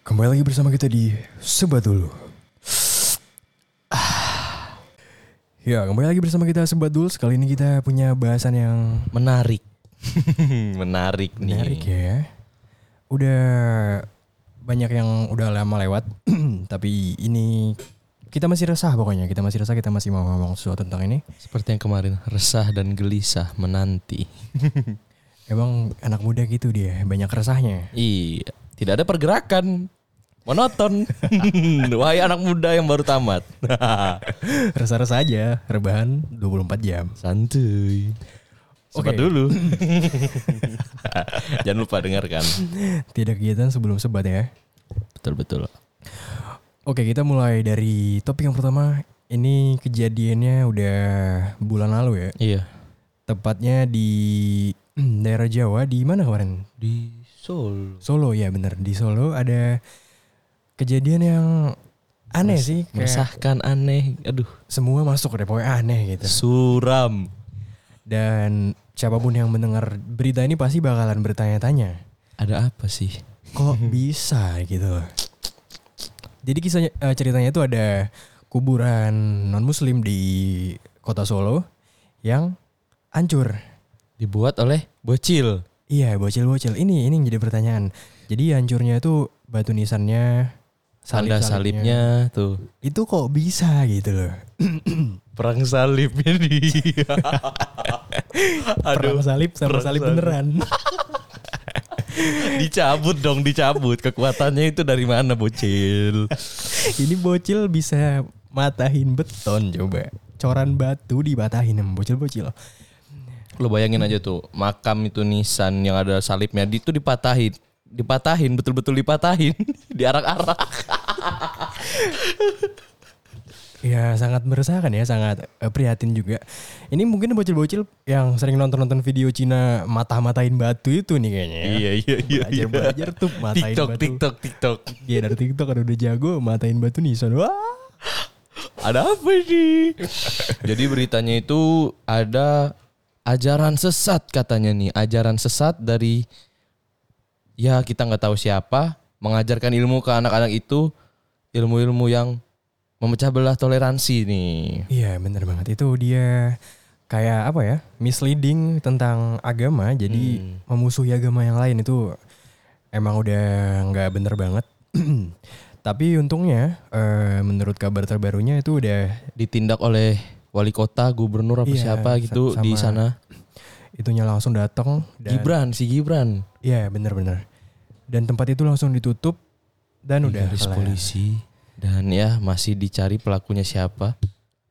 Kembali lagi bersama kita di Sebat Dulu. Ya, kembali lagi bersama kita Sebat Dulu. Sekali ini kita punya bahasan yang menarik. Menarik nih. menarik ya. Udah banyak yang udah lama lewat. Tapi ini kita masih resah pokoknya. Kita masih mau ngomong sesuatu tentang ini. Seperti yang kemarin, resah dan gelisah menanti. Emang anak muda gitu dia, banyak resahnya. Iya, tidak ada pergerakan. Monoton. Wahai anak muda yang baru tamat. Resah-resah aja, rebahan 24 jam. Santuy. Sebat Oke. dulu. Jangan lupa dengarkan. Tidak kegiatan sebelum sebat ya. Betul-betul. Oke, kita mulai dari topik yang pertama. Ini kejadiannya udah bulan lalu ya. Iya. Tepatnya di daerah Jawa. Di mana kemarin? Di Solo. Solo ya, bener. Di Solo ada kejadian yang aneh sih. Kayak Mesahkan aneh. Aduh. semua masuk deh, pokoknya aneh gitu. Suram. Dan siapapun yang mendengar berita ini pasti bakalan bertanya-tanya. Ada apa sih? Kok bisa gitu. Jadi kisahnya, ceritanya itu ada kuburan non-muslim di kota Solo yang hancur. Dibuat oleh bocil. Iya, bocil-bocil. Ini yang jadi pertanyaan. Jadi hancurnya itu batu nisannya, Tanda salibnya tuh. itu kok bisa gitu loh. Perang salibnya dia. Perang salib sama perang salib salib. beneran. Dicabut dong, dicabut. Kekuatannya itu dari mana, bocil? Ini bocil bisa matahin beton coba. Coran batu dibatahin sama bocil-bocil. Lo bayangin aja tuh, makam itu nisan yang ada salibnya itu dipatahin, betul-betul dipatahin, diarak-arak. Ya sangat meresahkan ya, sangat prihatin juga. Ini mungkin bocil-bocil yang sering nonton-nonton video Cina matah-matahin batu itu nih kayaknya ya. Iya. Belajar tuh matahin TikTok. Iya, dari TikTok kan udah jago matahin batu nisan. Wah. Ada apa ini? Jadi beritanya itu ada ajaran sesat katanya nih, ajaran sesat dari ya kita nggak tahu siapa mengajarkan ilmu ke anak-anak itu, ilmu-ilmu yang memecah belah toleransi nih. Iya, bener banget. Itu dia kayak apa ya? Misleading tentang agama, jadi memusuhi agama yang lain itu emang udah nggak bener banget. Tapi untungnya menurut kabar terbarunya itu udah Ditindak oleh wali kota, gubernur apa Iya, siapa gitu di sana. itunya langsung datang dan Gibran. Iya, bener-bener. Dan tempat itu langsung ditutup dan udah Garis kelar. polisi. Dan ya masih dicari pelakunya siapa.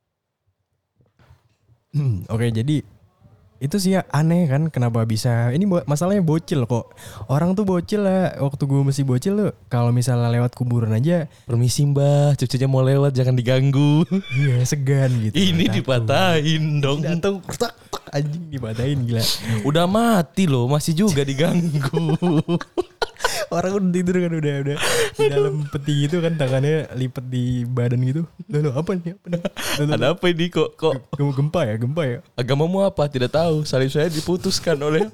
Oke, jadi itu sih ya aneh kan, kenapa bisa ini masalahnya bocil kok. Orang tuh bocil lah, waktu gue masih bocil tuh kalau misalnya lewat kuburan aja Permisi mbah, cucunya mau lewat jangan diganggu. iya segan gitu. Ini Takut. dipatahin dong. Datang tak anjing dipatahin gila. Udah mati loh, masih juga diganggu. Orang udah tidur kan, udah di dalam peti gitu kan, tangannya lipet di badan gitu. Lalu apa nih? Ada apa ini kok Gempa ya? agamamu apa? Tidak tahu. Salib saya diputuskan oleh.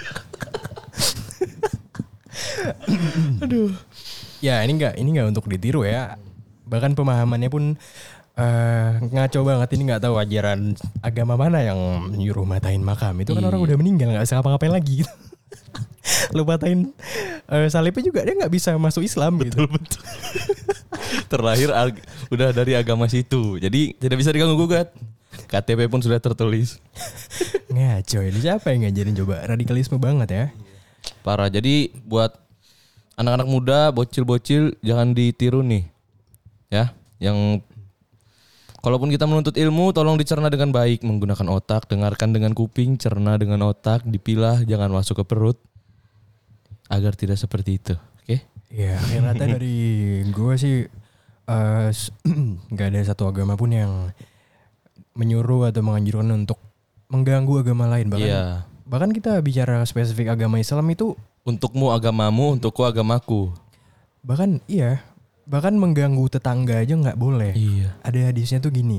Aduh. Ya ini enggak untuk ditiru ya. Bahkan pemahamannya pun ngaco banget. Ini nggak tahu ajaran agama mana yang nyuruh matain makam. Itu kan orang udah meninggal, nggak bisa ngapa-ngapain lagi gitu. Lu matain salibnya juga dia nggak bisa masuk Islam gitu. Betul. Terlahir udah dari agama situ. Jadi tidak bisa diganggu gugat. KTP pun sudah tertulis. Ngaco ini siapa yang ngajarin coba? Radikalisme banget ya. Parah. Jadi buat anak-anak muda, bocil-bocil jangan ditiru nih. Ya, yang kalaupun kita menuntut ilmu, tolong dicerna dengan baik, menggunakan otak, dengarkan dengan kuping, cerna dengan otak, dipilah, jangan masuk ke perut. Agar tidak seperti itu. Oke? Ya akhirnya dari gue sih nggak ada satu agama pun yang menyuruh atau menganjurkan untuk mengganggu agama lain. Bahkan kita bicara spesifik agama Islam itu, Untukmu agamamu, untukku agamaku. bahkan mengganggu tetangga aja nggak boleh. Iya. Ada hadisnya tuh gini.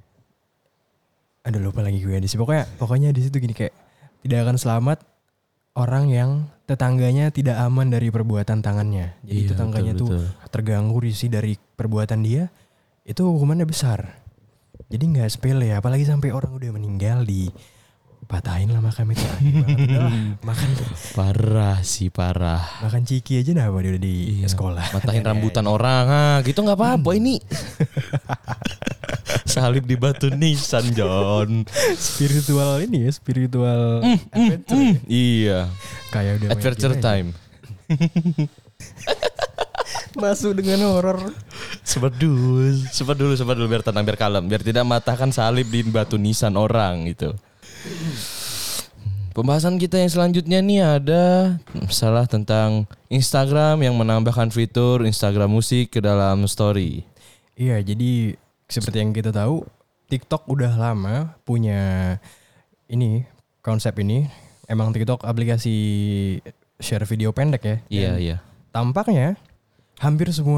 Ada lupa lagi gue hadisnya. Pokoknya di situ gini, kayak tidak akan selamat orang yang tetangganya tidak aman dari perbuatan tangannya. Jadi Iya, tetangganya betul, tuh terganggu risih dari perbuatan dia, itu hukumannya besar. Jadi nggak sepele, apalagi sampai orang udah meninggal dipatahin lah makam itu. Aneh banget. Udahlah, Parah sih, parah. makan ciki aja nah dia udah di Iya. sekolah. Matahin rambutan orang, gitu nggak apa-apa ini. Salib di batu nisan, John. Spiritual ini ya, spiritual adventure. Ya. Iya. Kayak udah main Adventure game aja. time. Masuk dengan horor. Sebat dulu biar tenang, biar kalem, biar tidak matahkan salib di batu nisan orang gitu. Pembahasan kita yang selanjutnya nih ada masalah tentang Instagram yang menambahkan fitur Instagram musik ke dalam story. Iya, jadi seperti yang kita tahu, TikTok udah lama punya ini konsep ini. Emang TikTok aplikasi share video pendek ya. Iya, Dan iya. tampaknya hampir semua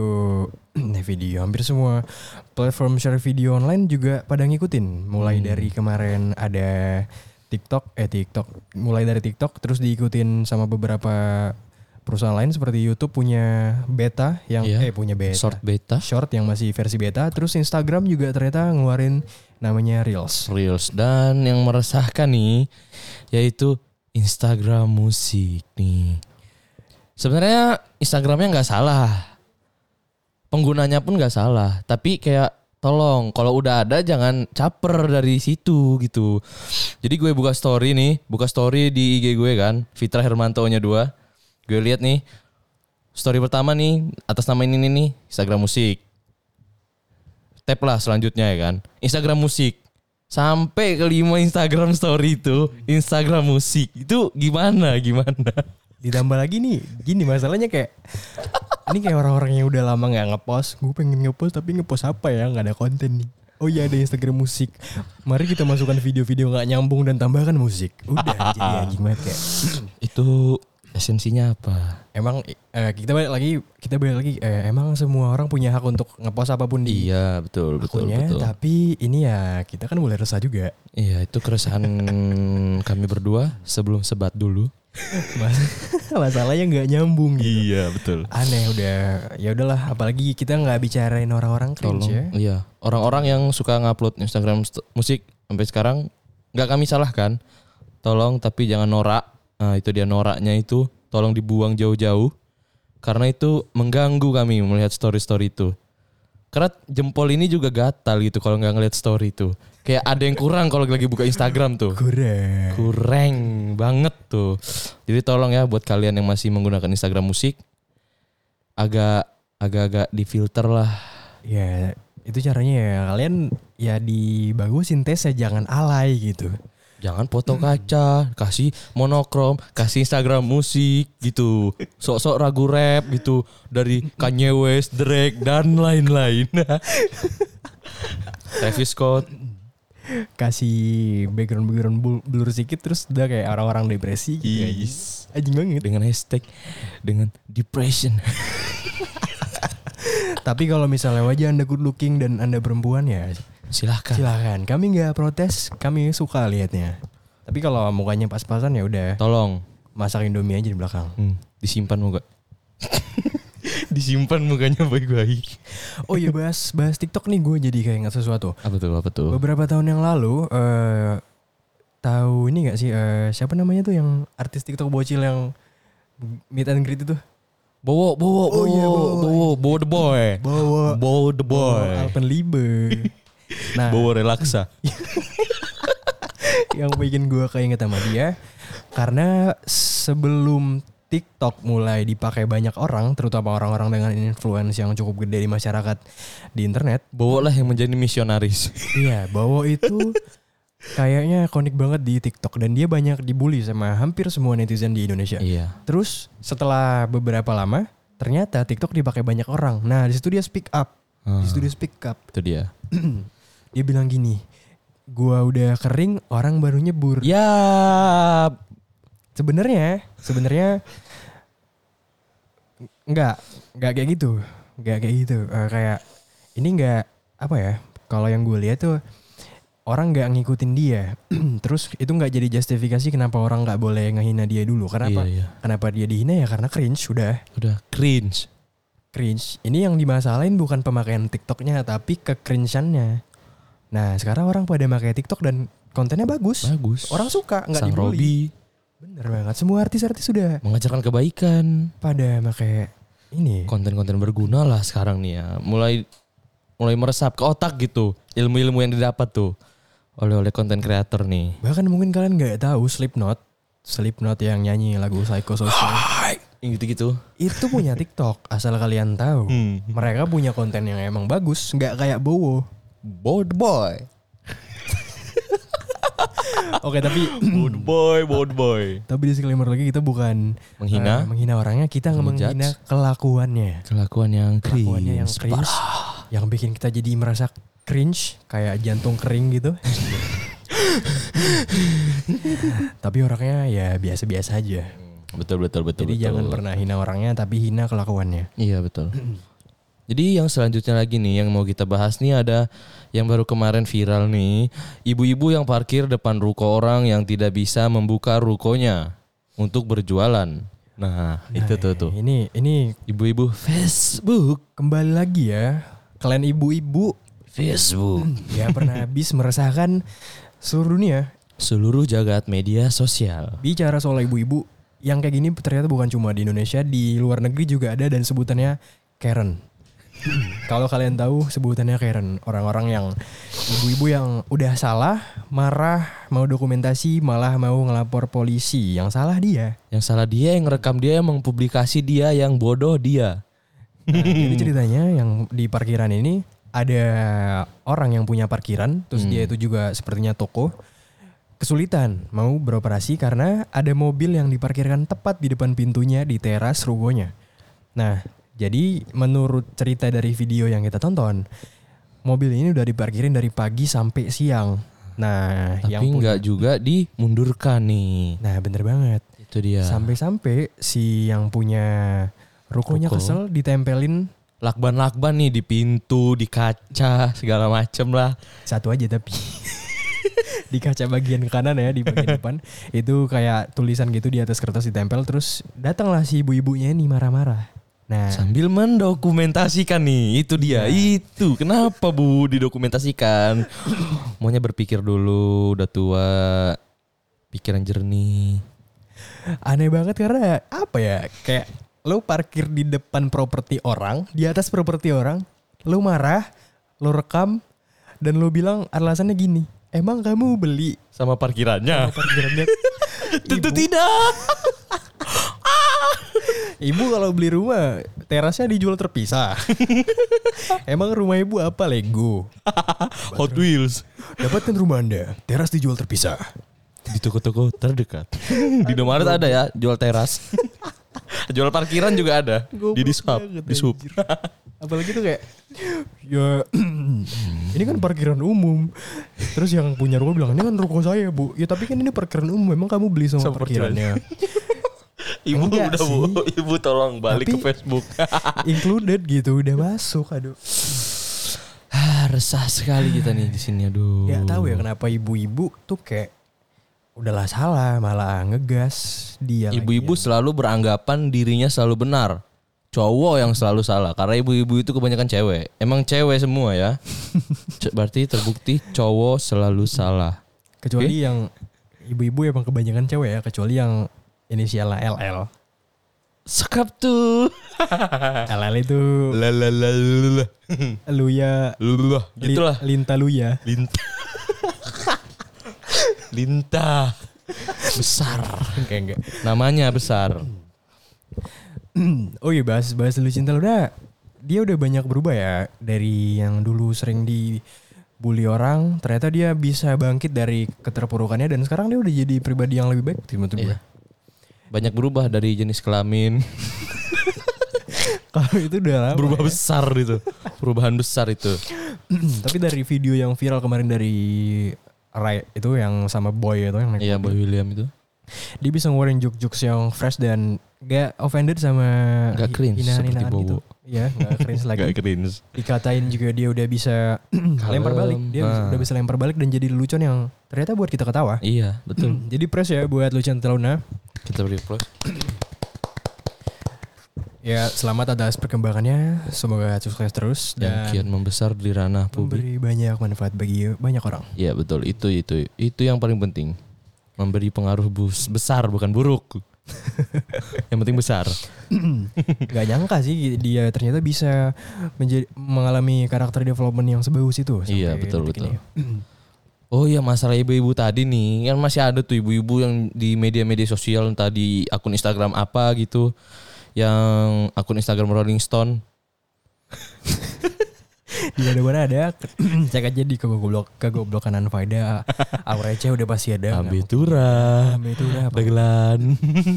hampir semua platform share video online juga pada ngikutin. Mulai dari kemarin ada TikTok, mulai dari TikTok terus diikutin sama beberapa perusahaan lain seperti YouTube punya beta yang Iya. punya beta. Short beta, Yang masih versi beta, terus Instagram juga ternyata ngeluarin namanya Reels. Reels, dan yang meresahkan nih yaitu Instagram musik nih. Sebenarnya Instagramnya nggak salah, penggunanya pun nggak salah, tapi kayak tolong kalau udah ada jangan caper dari situ gitu. Jadi gue buka story di IG gue kan, Fitra Hermanto-nya 2. Gue lihat nih story pertama nih atas nama ini nih Instagram musik. Tap lah selanjutnya ya kan, Instagram musik. Sampai kelima Instagram story itu Instagram musik. Itu gimana? Ditambah lagi nih, gini masalahnya kayak ini kayak orang-orang yang udah lama nggak ngepost. Gue pengen ngepost tapi ngepost apa ya? Nggak ada konten nih. Oh iya ada Instagram musik. Mari kita masukkan video-video nggak nyambung dan tambahkan musik. Udah jadi anjing banget kayak. Itu esensinya apa? Emang kita balik lagi. Emang semua orang punya hak untuk ngepost apapun di Iya, betul. akunnya. Tapi ini ya kita kan boleh resah juga. Iya, itu keresahan kami berdua sebelum sebat dulu. Masalahnya nggak nyambung gitu. Iya, betul. Aneh udah, ya udahlah. Apalagi kita nggak bicarain orang-orang cringe ya. Iya, orang-orang yang suka ngupload Instagram musik sampai sekarang nggak kami salahkan. Tolong tapi jangan norak. Nah, itu dia noraknya itu. Tolong dibuang jauh-jauh. Karena itu mengganggu kami melihat story-story itu. Karena jempol ini juga gatal gitu kalau nggak ngeliat story itu. Kayak ada yang kurang kalau lagi buka Instagram tuh. Kurang banget tuh. Jadi tolong ya buat kalian yang masih menggunakan Instagram musik, agak-agak difilter lah. Ya itu caranya ya kalian ya dibagusin tesnya, jangan alay gitu. Jangan foto kaca, kasih monokrom, kasih Instagram musik gitu. Sok-sok ragu rap gitu dari Kanye West, Drake dan lain-lain. Travis Scott. Kasih background blur sedikit terus udah kayak orang-orang depresi gitu. Anjing banget. Dengan hashtag dengan depression. Tapi kalau misalnya wajah Anda good looking dan Anda perempuan ya Silahkan. Kami nggak protes, kami suka liatnya. Tapi kalau mukanya pas-pasan ya udah Tolong masak Indomie aja di belakang. disimpan muka. Disimpan mukanya baik-baik. Oh iya bahas TikTok nih, gue jadi kayak ingat sesuatu. Apa tuh? Beberapa tahun yang lalu tahu ini nggak sih siapa namanya tuh yang artis TikTok bocil yang meet and greet itu? Bowo the boy. Bowo the boy. Alpenliebe. Nah, Bowo relaksa. yang bikin gue keinget sama dia karena sebelum TikTok mulai dipakai banyak orang, terutama orang-orang dengan influence yang cukup gede di masyarakat di internet. Bowo lah yang menjadi misionaris. Iya, Bowo itu kayaknya ikonik banget di TikTok dan dia banyak dibully sama hampir semua netizen di Indonesia. Iya. Terus setelah beberapa lama, ternyata TikTok dipakai banyak orang. Nah, di situ dia speak up. Itu dia. Dia bilang gini, gua udah kering, orang baru nyebur. Ya, Sebenarnya enggak kayak gitu. Enggak kayak gitu. Kayak ini enggak apa ya? Kalau yang gue lihat tuh orang nggak ngikutin dia. Terus itu nggak jadi justifikasi kenapa orang nggak boleh ngehina dia dulu. Kenapa? Iya. Kenapa dia dihina ya karena cringe udah. Udah cringe. Cringe. Ini yang dimasalahin bukan pemakaian TikToknya tapi kecringeannya. Nah sekarang orang pada pakai TikTok dan kontennya bagus. Orang suka nggak Sang dibully. Robi Bener banget. Semua artis-artis sudah mengajarkan kebaikan. pada pakai ini. Konten-konten berguna lah sekarang nih ya. Mulai meresap ke otak gitu. Ilmu-ilmu yang didapat tuh oleh konten kreator nih. Bahkan mungkin kalian nggak tahu Slipknot yang nyanyi lagu Psychosocial. Yang gitu-gitu. Itu punya TikTok, asal kalian tahu. Mereka punya konten yang emang bagus, nggak kayak Bowo. Bold boy. Oke, tapi Bold boy. tapi disclaimer lagi kita bukan menghina orangnya, kita menghina kelakuannya. Kelakuan yang Kelakuannya yang cringe. cringe, yang bikin kita jadi merasa cringe, kayak jantung kering gitu. Tapi orangnya ya biasa-biasa aja. Betul. Jadi jangan pernah hina orangnya, tapi hina kelakuannya. Iya betul. Jadi yang selanjutnya lagi nih yang mau kita bahas nih ada yang baru kemarin viral nih. Ibu-ibu yang parkir depan ruko orang yang tidak bisa membuka rukonya untuk berjualan. Nah itu tuh. Ini Ibu-ibu Facebook. kembali lagi ya. Kalian ibu-ibu Facebook. ya pernah habis meresahkan seluruh dunia. Seluruh jagat media sosial. Bicara soal ibu-ibu yang kayak gini ternyata bukan cuma di Indonesia, di luar negeri juga ada dan sebutannya Karen. Kalau kalian tahu sebutannya Karen, orang-orang yang ibu-ibu yang udah salah, marah, mau dokumentasi, malah mau ngelapor polisi. Yang salah dia. Yang salah dia, yang ngerekam dia, yang mempublikasi dia, yang bodoh dia. Nah, jadi ceritanya yang di parkiran ini ada orang yang punya parkiran, terus dia itu juga sepertinya toko. Kesulitan mau beroperasi karena ada mobil yang diparkirkan tepat di depan pintunya di teras rukonya. Nah, jadi menurut cerita dari video yang kita tonton, mobil ini udah diparkirin dari pagi sampai siang. Nah, Tapi nggak juga dimundurkan nih. Nah, bener banget. Itu dia. Sampai-sampai si yang punya rukonya kesel ditempelin lakban nih di pintu, di kaca, segala macem lah. satu aja tapi. Di kaca bagian kanan ya, di bagian depan itu kayak tulisan gitu di atas kertas ditempel. Terus datanglah si ibu-ibunya ini marah-marah. Nah, sambil mendokumentasikan nih, itu dia. Itu kenapa Bu didokumentasikan? Maunya berpikir dulu, udah tua, pikiran jernih. aneh banget karena apa ya, kayak lo parkir di depan properti orang, di atas properti orang, lo marah, lo rekam, dan lo bilang alasannya gini, emang kamu beli Sama parkirannya? parkirannya? Tentu tidak. Ibu kalau beli rumah terasnya dijual terpisah. Emang rumah ibu apa, Lego? Hot Wheels. Dapatkan rumah Anda, teras dijual terpisah. Di toko-toko terdekat. Di Indomaret ada ya jual teras. Jual parkiran juga ada. Di Dishub. Apalagi tuh kayak ya ini kan parkiran umum. Terus yang punya ruko bilang, ini kan ruko saya Bu. Ya tapi kan ini parkiran umum, memang kamu beli sama parkirannya. Ibu Enggak udah sih. Bu, ibu tolong balik Tapi ke Facebook. Included gitu, udah masuk. Aduh. Resah sekali kita nih di sini, aduh. Gak tahu ya kenapa ibu-ibu tuh kayak udahlah salah malah ngegas dia. Ibu-ibu lagi. selalu beranggapan dirinya selalu benar. Cowok yang selalu salah. Karena ibu-ibu itu kebanyakan cewek. Emang cewek semua ya. Berarti terbukti cowok selalu salah. Kecuali yang ibu-ibu emang kebanyakan cewek ya. Kecuali yang inisialnya LL. Sekap tuh. LL itu Lalalala. Luya. Gitulah. Linta Luya. Linta. Besar. Kayak enggak. Namanya besar. Oh iya, bahas dulu cinta udah. Dia udah banyak berubah ya. Dari yang dulu sering dibully orang, ternyata dia bisa bangkit dari keterpurukannya dan sekarang dia udah jadi pribadi yang lebih baik menurut gue. Banyak berubah dari jenis kelamin. Kalau itu udah lama. Berubah ya. besar itu. Perubahan besar itu. Tapi dari video yang viral kemarin dari Rai itu yang sama Boy itu yang naik Iya, mobil, Boy William itu. dia bisa ngeluarin jokes-jokes yang fresh dan Gak offended sama Gak cringe seperti hinaan-hinaan Bowo. gitu. Iya, gak cringe lagi. Gak cringe. Dikatain juga dia udah bisa lempar balik. Dia udah bisa lempar balik dan jadi lelucon yang ternyata buat kita ketawa. Iya, betul. Jadi press ya buat Lucian Teluna. Kita beri plus. Ya, selamat atas perkembangannya. Semoga sukses terus Dan dan kian membesar di ranah publik. memberi banyak manfaat bagi banyak orang. Iya, betul. Itu yang paling penting. Memberi pengaruh besar bukan buruk. Yang penting besar. Gak nyangka sih dia ternyata bisa mengalami karakter development yang sebagus itu. Iya, sampai betul. detik ini. Oh iya, masalah ibu-ibu tadi nih. Kan masih ada tuh ibu-ibu yang di media-media sosial, entah di akun Instagram apa gitu. Yang akun Instagram Rolling Stone. Di mana-mana ada. Cek aja di kegoblokan Anfaida. Aurece udah pasti ada. Abitura. Abitura apa? Dagelan.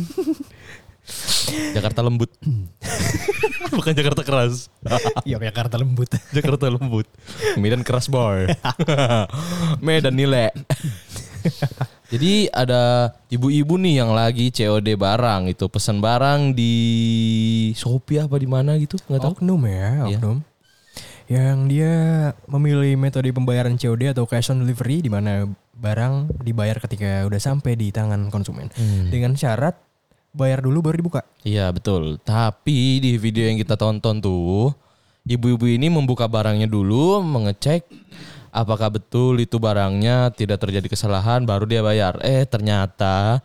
Jakarta lembut. Bukan Jakarta keras. Yogyakarta lembut. Jakarta lembut. Medan keras boy. Medan nilai. Jadi ada ibu-ibu nih yang lagi COD barang itu, pesan barang di Shopee apa di mana gitu, nggak tahu. Oknum ya, oknum. Yang dia memilih metode pembayaran COD atau cash on delivery di mana barang dibayar ketika udah sampai di tangan konsumen. Dengan syarat bayar dulu baru dibuka. Iya betul. Tapi di video yang kita tonton tuh, ibu-ibu ini membuka barangnya dulu, mengecek apakah betul itu barangnya, tidak terjadi kesalahan, baru dia bayar. Ternyata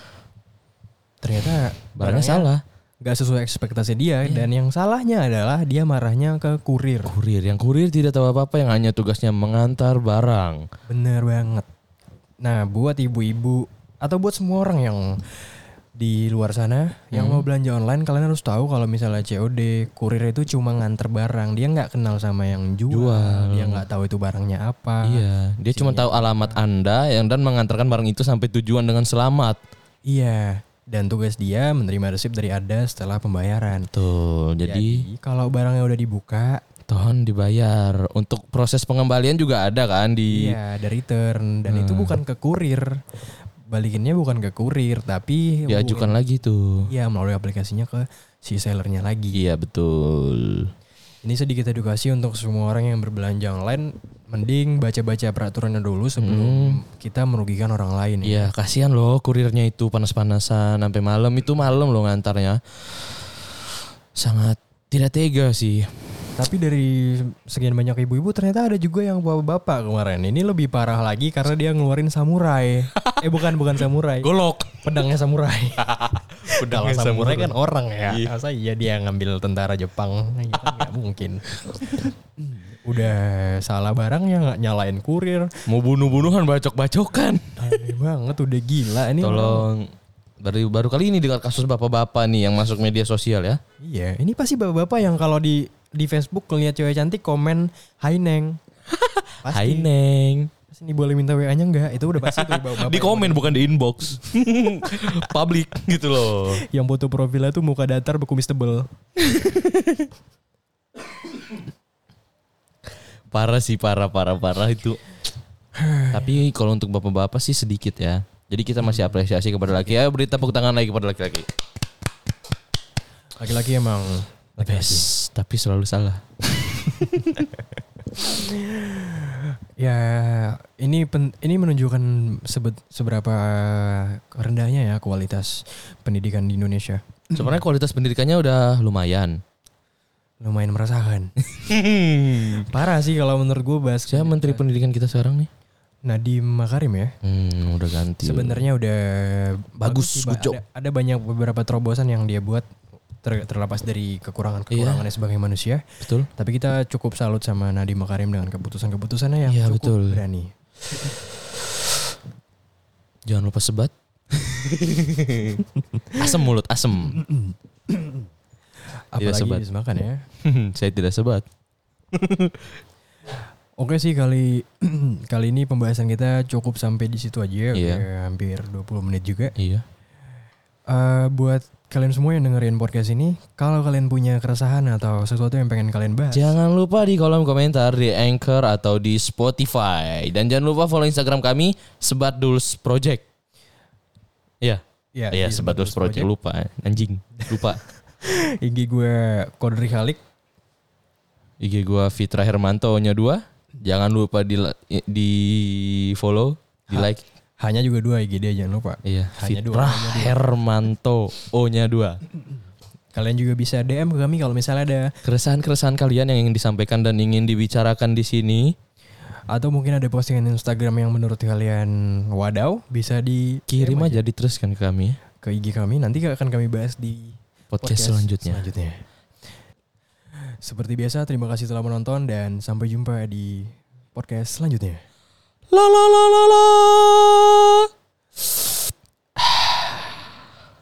barangnya salah. Gak sesuai ekspektasi dia. Dan yang salahnya adalah dia marahnya ke kurir. Yang kurir tidak tahu apa-apa, yang hanya tugasnya mengantar barang. Bener banget. Nah buat ibu-ibu atau buat semua orang yang di luar sana yang mau belanja online, kalian harus tahu kalau misalnya COD, kurir itu cuma nganter barang. Dia nggak kenal sama yang jual. Dia nggak tahu itu barangnya apa. Iya, dia cuma tahu alamat Anda dan mengantarkan barang itu sampai tujuan dengan selamat. Iya, dan tugas dia menerima resip dari Anda setelah pembayaran. Tuh, jadi kalau barangnya udah dibuka, toh dibayar. Untuk proses pengembalian juga ada kan di. Iya, ada return dan itu bukan ke kurir. Balikinnya bukan ke kurir tapi diajukan lagi tuh. Iya, melalui aplikasinya ke si sellernya lagi. Iya betul. Ini sedikit edukasi untuk semua orang yang berbelanja online. Mending baca-baca peraturannya dulu sebelum kita merugikan orang lain. Iya, kasihan loh kurirnya itu panas-panasan sampai malam. Itu malam loh ngantarnya. Sangat tidak tega sih. Tapi dari sekian banyak ibu-ibu ternyata ada juga yang bapak-bapak kemarin. Ini lebih parah lagi karena dia ngeluarin samurai. bukan samurai. Golok. Pedangnya samurai. Pedangnya samurai kan orang ya. Iya. Masa iya dia ngambil tentara Jepang? Ya kan gak mungkin. Udah salah barang ya gak nyalain kurir. Mau bunuh-bunuhan, bacok-bacokan. Aneh banget, udah gila. Ini tolong. Baru kali ini dengar kasus bapak-bapak nih yang masuk media sosial ya. Iya, ini pasti bapak-bapak yang kalau di Facebook ngeliat cewek cantik komen Hai Neng. Pasti. Hai Neng. Pasti ini boleh minta WA-nya enggak? Itu udah pasti tuh bapak-bapak. Di komen bukan di inbox. Publik gitu loh. Yang foto profilnya tuh muka datar berkumis tebel. Parah sih, parah itu. Tapi kalau untuk bapak-bapak sih sedikit ya. Jadi kita masih apresiasi kepada laki. Ya, beri tepuk tangan lagi kepada laki-laki. Laki-laki emang best, tapi selalu salah. Ya, ini menunjukkan seberapa rendahnya ya kualitas pendidikan di Indonesia. Sebenarnya kualitas pendidikannya udah lumayan meresahkan. Parah sih kalau menurut gue bahas. Siapa menteri pendidikan kita sekarang nih? Nadiem Makarim ya. Udah ganti. Sebenarnya udah bagus sih, Gucok. Ada banyak beberapa terobosan yang dia buat terlepas dari kekurangannya sebagai manusia. Betul. Tapi kita cukup salut sama Nadiem Makarim dengan keputusannya yang cukup berani. Jangan lupa sebat. Asem mulut, asem. Apalagi habis makan ya. Saya tidak sebat. Oke sih kali ini pembahasan kita cukup sampai di situ aja. Udah hampir 20 menit juga. Iya. Buat kalian semua yang dengerin podcast ini, kalau kalian punya keresahan atau sesuatu yang pengen kalian bahas, jangan lupa di kolom komentar di Anchor atau di Spotify. Dan jangan lupa follow Instagram kami, Sebat Duls Project. Iya. Ya, Iya, di Sebatus Project lupa. Anjing, lupa. IG gue Kodri Khalik. IG gua Fitra Hermanto nya 2. Jangan lupa di follow, di like. Hanya juga 2 IG dia, jangan lupa. Iya, Hanya Fitra 2. Hermanto O-nya 2. Kalian juga bisa DM ke kami kalau misalnya ada Keresahan-keresahan kalian yang ingin disampaikan dan ingin dibicarakan di sini. atau mungkin ada postingan Instagram yang menurut kalian wadaw, bisa Kirim aja diteruskan ke kami ke IG kami. Nanti akan kami bahas di podcast selanjutnya. Seperti biasa, terima kasih telah menonton dan sampai jumpa di podcast selanjutnya. La la la la la.